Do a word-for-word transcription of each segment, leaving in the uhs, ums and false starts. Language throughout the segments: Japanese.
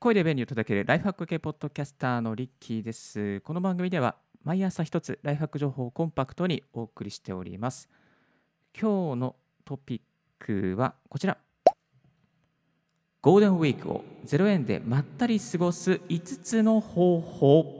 声で便利を届けるライフハック系ポッドキャスターのリッキーです。この番組では毎朝一つライフハック情報をコンパクトにお送りしております。今日のトピックはこちら。ゴールデンウィークをゼロえんでまったり過ごすいつつの方法。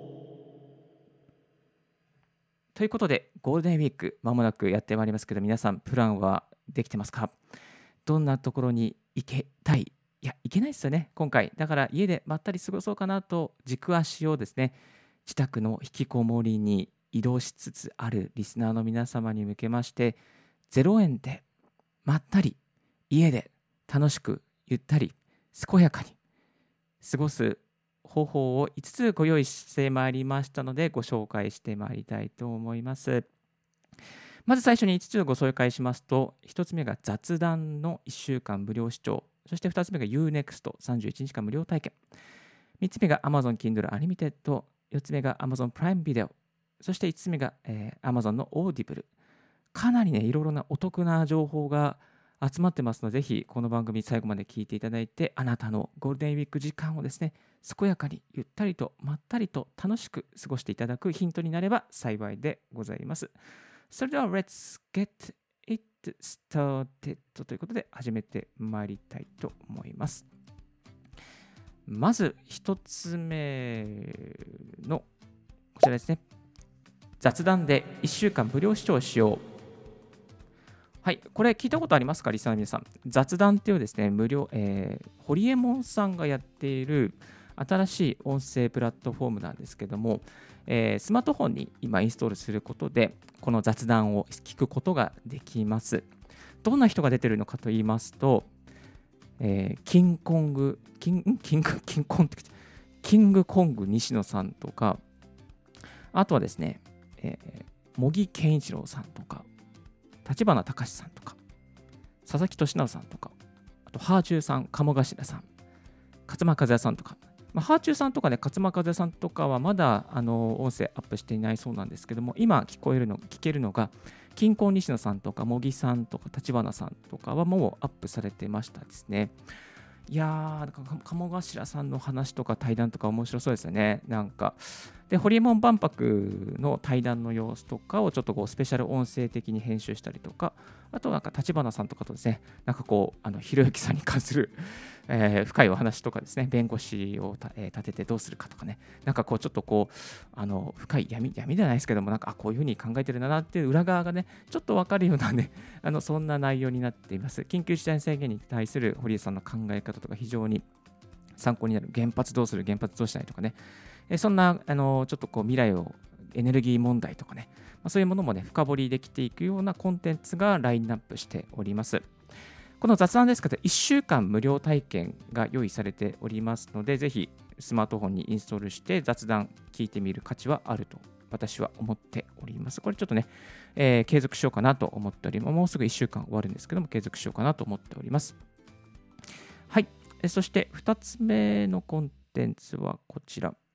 ということで、ゴールデンウィークまもなくやってまいりますけど、皆さんプランはできてますか？どんなところに行けたい？いや、行けないですよね、今回。だから家でまったり過ごそうかなと軸足をですね、自宅の引きこもりに移動しつつあるリスナーの皆様に向けまして、ゼロえんでまったり家で楽しくゆったり健やかに過ごす方法をいつつご用意してまいりましたので、ご紹介してまいりたいと思います。まず最初にいつつご紹介しますと、ひとつめが雑談のいっしゅうかん無料視聴、そしてふたつめが ユーネクストさんじゅういちにちかん無料体験、みっつめが Amazon Kindle Unlimited、よっつめが Amazon Prime Video、そしていつつめが、えー、Amazon の Audible。かなりね、いろいろなお得な情報が集まってますので、ぜひこの番組最後まで聞いていただいて、あなたのゴールデンウィーク時間をですね、健やかにゆったりとまったりと楽しく過ごしていただくヒントになれば幸いでございます。それでは Let's get it started ということで始めてまいりたいと思います。まず一つ目のこちらですね。雑談でいっしゅうかん無料視聴しよう。はい、これ聞いたことありますか、リスナーの皆さん。雑談っていうですね、無料、えー、ホリエモンさんがやっている新しい音声プラットフォームなんですけども、えー、スマートフォンに今インストールすることで、この雑談を聞くことができます。どんな人が出てるのかと言いますと、えー、キンコング、キン、キング、キンコンって、キングコング西野さんとか、あとはですね、えー、茂木健一郎さんとか、立花隆さんとか、佐々木俊直さんとか、あと、ハーチューさん、鴨頭さん、勝間和也さんとか、まあ、ハーチューさんとかね、勝間和也さんとかはまだあの音声アップしていないそうなんですけども、今聞こえるの、聞けるのが、金婚西野さんとか、茂木さんとか、立花さんとかはもうアップされてましたですね。いやー、鴨頭さんの話とか対談とか面白そうですよね。なんか。で、ホリエモン万博の対談の様子とかをちょっとこうスペシャル音声的に編集したりとか、あとなんか立花さんとかとですね、なんかこう、あのひろゆきさんに関する、えー、深いお話とかですね、弁護士をた、えー、立ててどうするかとかね、なんかこうちょっとこう、あの深い闇、闇じゃないですけども、なんかあこういうふうに考えてるんだなっていう裏側がね、ちょっとわかるようなね、あのそんな内容になっています。緊急事態宣言に対する堀江さんの考え方とか非常に参考になる。原発どうする、原発どうしないとかね、えそんなあのちょっとこう未来をエネルギー問題とかね、まあ、そういうものもね深掘りできていくようなコンテンツがラインナップしております。この雑談ですけどいっしゅうかん無料体験が用意されておりますので、ぜひスマートフォンにインストールして雑談聞いてみる価値はあると私は思っております。これちょっとね、えー、継続しようかなと思っております。もうすぐいっしゅうかん終わるんですけども、継続しようかなと思っております。はい。そしてふたつめのコンテンツはこちら。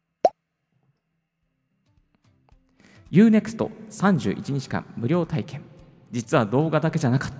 ユーネクストさんじゅういちにちかん無料体験。実は動画だけじゃなかった。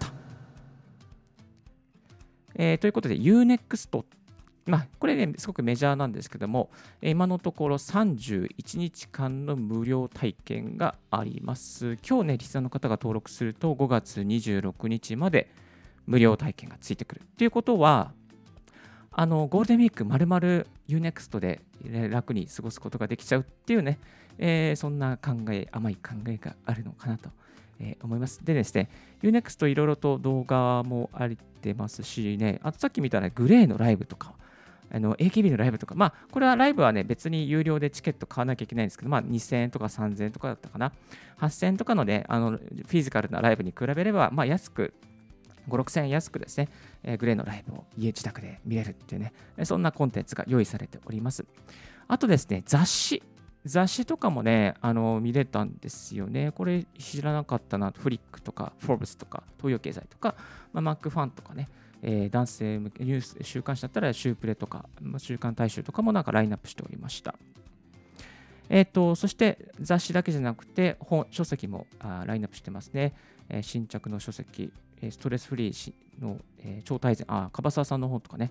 えー、ということで ユーネクスト、まあ、これね、すごくメジャーなんですけども、今のところさんじゅういちにちかんの無料体験があります。今日ね、リスナーの方が登録するとごがつにじゅうろくにちまで無料体験がついてくる。ということは、あのゴールデンウィークまるまる ユーネクスト で楽に過ごすことができちゃうっていうね、えー、そんな考え、甘い考えがあるのかなと、えー、思います。でですね、ユーネクスト いろいろと動画もありてますしね、あとさっき見たらグレーのライブとか、あの エーケービー のライブとか、まあ、これはライブはね、別に有料でチケット買わなきゃいけないんですけど、まあ、にせんえんとかさんぜんえんとかだったかな。はっせんえんとかのね、あのフィジカルなライブに比べれば、まあ、安く、ご、ろくせんえん安くですね、えー、グレーのライブを家自宅で見れるっていうね、そんなコンテンツが用意されております。あとですね、雑誌。雑誌とかもね、あの見れたんですよね。これ知らなかったな。フリックとか、フォーブスとか、東洋経済とか、まあ、マックファンとかね、えー、男性向けニュース、週刊誌だったら週プレとか、まあ、週刊大衆とかもなんかラインナップしておりました。えーと、そして雑誌だけじゃなくて、本、書籍もあラインナップしてますね。えー、新着の書籍、ストレスフリーの、えー、超大全、あ、樺沢さんの本とかね、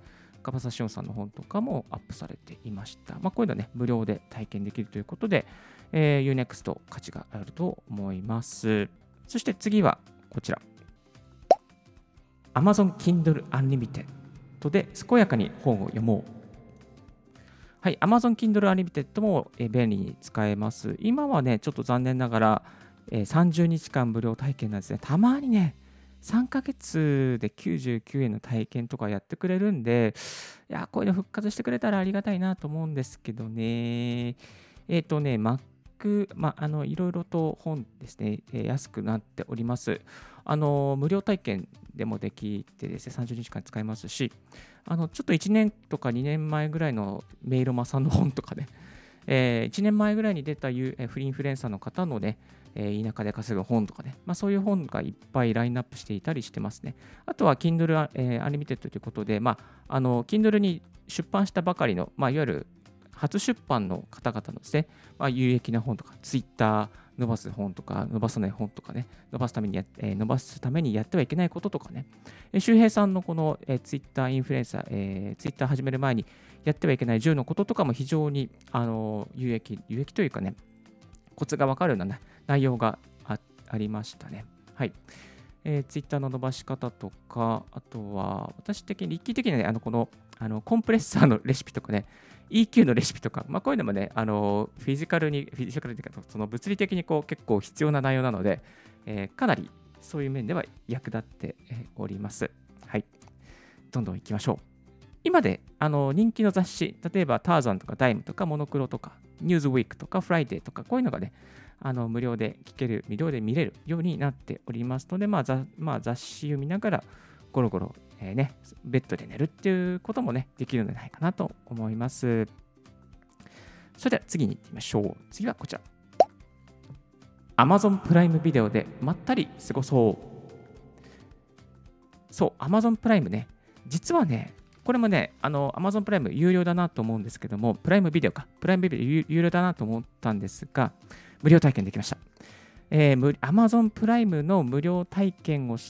赤羽志音さんの本とかもアップされていました。まあ、こういうのね、無料で体験できるということで、えー、ユーネクスト 価値があると思います。そして次はこちら。Amazon Kindle Unlimited で健やかに本を読もう。はい、Amazon Kindle Unlimited も便利に使えます。今はね、ちょっと残念ながら、えー、さんじゅうにちかん無料体験なんですね。たまにね、さんかげつできゅうじゅうきゅうえんの体験とかやってくれるんで、いや、こういうの復活してくれたらありがたいなと思うんですけどね。えっ、ー、とね、Mac、まあ、あの、いろいろと本ですね、えー、安くなっております。あの、無料体験でもできてですね、さんじゅうにちかん使えますし、あの、ちょっといちねんとかにねんまえぐらいのメイロマさんの本とかね、えー、いちねんまえぐらいに出たユーフリーインフルエンサーの方のね、えー、田舎で稼ぐ本とかね、まあ、そういう本がいっぱいラインナップしていたりしてますね。あとは Kindle、えー、Unlimited ということで、まあ、あの Kindle に出版したばかりの、まあ、いわゆる初出版の方々のですね、まあ、有益な本とか、Twitter 伸ばす本とか、伸ばさない本とかね、伸ばすためにや、えー、伸ばすためにやってはいけないこととかね、えー、周平さんのこの、えー、Twitter インフルエンサー、えー、Twitter 始める前にやってはいけないじゅうのこととかも非常に、あの有益、有益というかね、コツがわかるような、ね、内容が あ, ありましたね。はい。えー、Twitter の伸ばし方とか、あとは、私的に、一気的にね、あの、この、あの、コンプレッサーのレシピとかね、イーキュー のレシピとか、まあ、こういうのもね、あの、フィジカルに、フィジカルというか、その物理的にこう、結構必要な内容なので、えー、かなりそういう面では役立っております。はい。どんどん行きましょう。今で、あの、人気の雑誌、例えば、ターザンとかダイムとか、モノクロとか、ニューズウィークとか、フライデーとか、こういうのがね、あの無料で聞ける、無料で見れるようになっておりますので、まあざまあ、雑誌を見ながら、ゴロゴロ、えーね、ベッドで寝るっていうこともね、できるのではないかなと思います。それでは次に行ってみましょう。次はこちら。Amazon プライムビデオでまったり過ごそう。そう、Amazon プライムね、実はね、これもね、あの Amazon プライム有料だなと思うんですけども、プライムビデオか、プライムビデオ有料だなと思ったんですが、無料体験できました。えー、Amazon プライムの無料体験をして、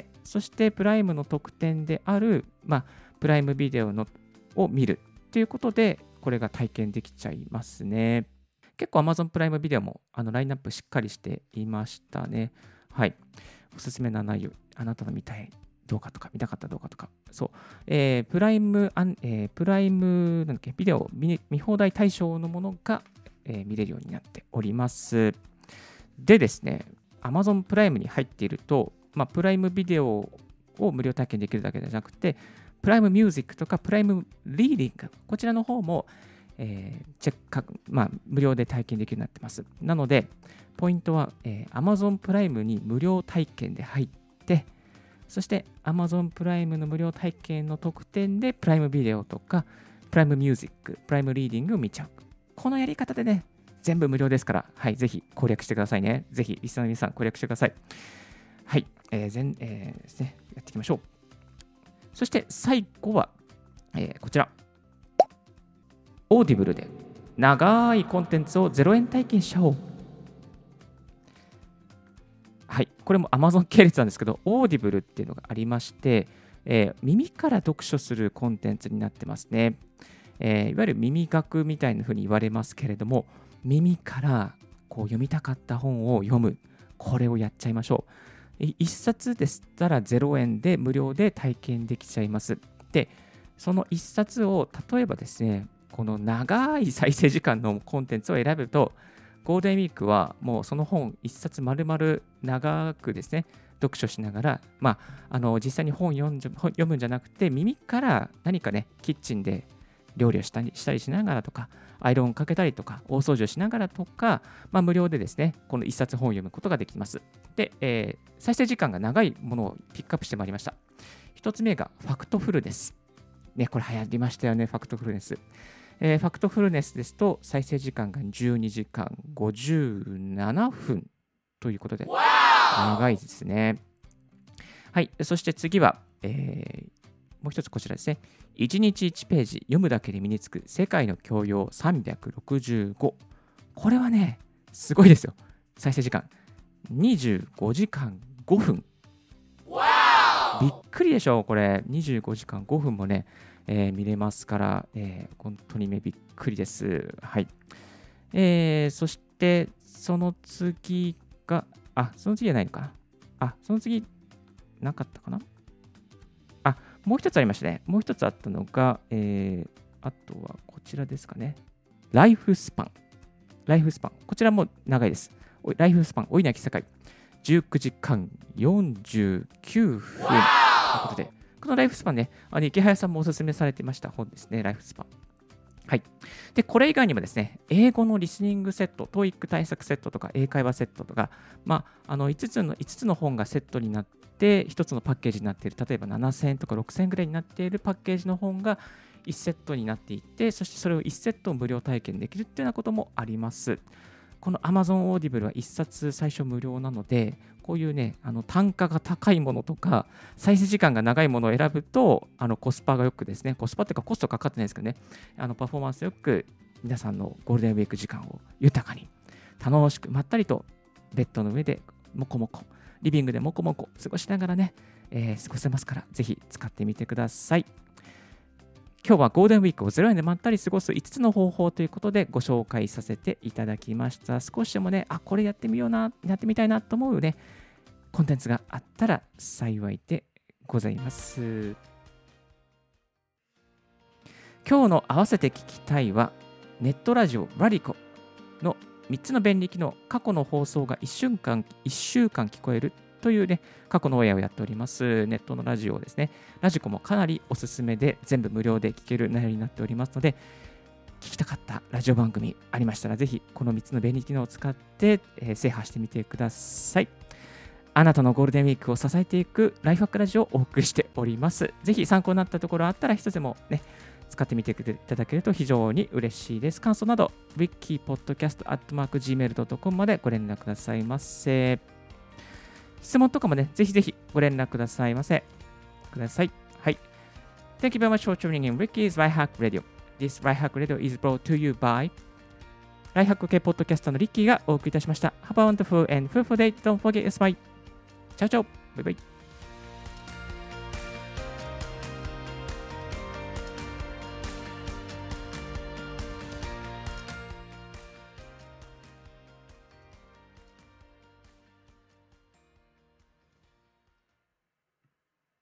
そしてプライムの特典である、まあ、プライムビデオのを見るということで、これが体験できちゃいますね。結構 Amazon プライムビデオもあのラインナップしっかりしていましたね。はい。おすすめな内容、あなたの見たい動画とか、見たかった動画とか、そう、えー、プライム、えー、プライム、なんだっけ、ビデオ見、見放題対象のものが、えー、見れるようになっております。でですね、Amazon プライムに入っていると、まあ、プライムビデオを無料体験できるだけじゃなくて、プライムミュージックとかプライムリーディング、こちらの方も、えー、チェック、まあ、無料で体験できるようになってます。なので、ポイントは、えー、Amazon プライムに無料体験で入って、そして Amazon プライムの無料体験の特典でプライムビデオとかプライムミュージック、プライムリーディングを見ちゃう。このやり方でね、全部無料ですから、はい、ぜひ攻略してくださいね。ぜひ、リスナーの皆さん攻略してください。はい、えー全えーですね、やっていきましょう。そして最後は、えーこちら。オーディブルで長いコンテンツをゼロえん体験しちゃおう。はい、これも Amazon 系列なんですけど、Audible っていうのがありまして、えー、耳から読書するコンテンツになってますね。えー、いわゆる耳学みたいな風に言われますけれども、耳からこう読みたかった本を読む、これをやっちゃいましょう。いっさつでしたらゼロえんで無料で体験できちゃいます。で、そのいっさつを例えばですね、この長い再生時間のコンテンツを選ぶと、ゴールデンウィークはもうその本一冊丸々長くですね、読書しながら、まあ、あの実際に本読んじゃ読むんじゃなくて、耳から何かね、キッチンで料理をしたりしたりしながらとか、アイロンをかけたりとか、大掃除をしながらとか、まあ、無料でですね、この一冊本を読むことができます。で、えー、再生時間が長いものをピックアップしてまいりました。一つ目がファクトフルネス。ね、これ流行りましたよね、ファクトフルネス。えー、ファクトフルネスですと再生時間がじゅうにじかんごじゅうななふんということで長いですね。はい、そして次は、えー、もう一つこちらですね。いちにちいちページ読むだけで身につく世界の教養さんびゃくろくじゅうご。これはね、すごいですよ。再生時間にじゅうごじかんごふん。びっくりでしょ、これ。にじゅうごじかんごふんもね、 えー見れますから、えー本当にね、びっくりです。はい。えーそして、その次が、あ、その次じゃないのかな。あ、その次、なかったかな。あ、もう一つありましたね。もう一つあったのが、えーあとはこちらですかね。ライフスパン。ライフスパン。こちらも長いです。おライフスパン、老いなき世界。じゅうくじかんよんじゅうきゅうふんということで、このライフスパンね、あの池早さんもおすすめされてました本ですね、ライフスパン。はい。で、これ以外にもですね、英語のリスニングセット、トーイック 対策セットとか、英会話セットとか、まあ、あの5つの、5つの本がセットになって、ひとつのパッケージになっている、例えばななせんえんとかろくせんえんぐらいになっているパッケージの本がいちセットになっていて、そしてそれをいちセット無料体験できるっていうようなこともあります。この Amazon Audible はいっさつ最初無料なので、こういうね、あの単価が高いものとか、再生時間が長いものを選ぶと、あのコスパがよくですね、コスパっていうかコストかかってないですけどね、あのパフォーマンスよく皆さんのゴールデンウィーク時間を豊かに、楽しく、まったりとベッドの上でもこもこ、リビングでもこもこ過ごしながらね、えー過ごせますから、ぜひ使ってみてください。今日はゴールデンウィークをゼロえんでまったり過ごすいつつの方法ということでご紹介させていただきました。少しでもね、あ、これやってみような、やってみたいなと思うね、コンテンツがあったら幸いでございます。今日の合わせて聞きたいは、ネットラジオラリコのみっつの便利機能、過去の放送がいっしゅうかん、いっしゅうかん聞こえるというね、過去のオンエアをやっております。ネットのラジオですね。ラジコもかなりおすすめで、全部無料で聞ける内容になっておりますので、聞きたかったラジオ番組ありましたら、ぜひこのみっつの便利機能を使って、えー制覇してみてください。あなたのゴールデンウィークを支えていくライフハックラジオをお送りしております。ぜひ参考になったところあったら一つでもね、使ってみていただけると非常に嬉しいです。感想など、リッキーポッドキャストアットマークジーメールドットコム までご連絡くださいませ。質問とかもね、ぜひぜひご連絡くださいませ。ください。はい。Thank you very much for tuning in Ricky's Life Hack Radio.This Life Hack Radio is brought to you by ライフハック系ポッドキャストのリッキーがお送りいたしました。Have a wonderful and fruitful day. Don't forget to smile. チャオチャオ。バイバイ。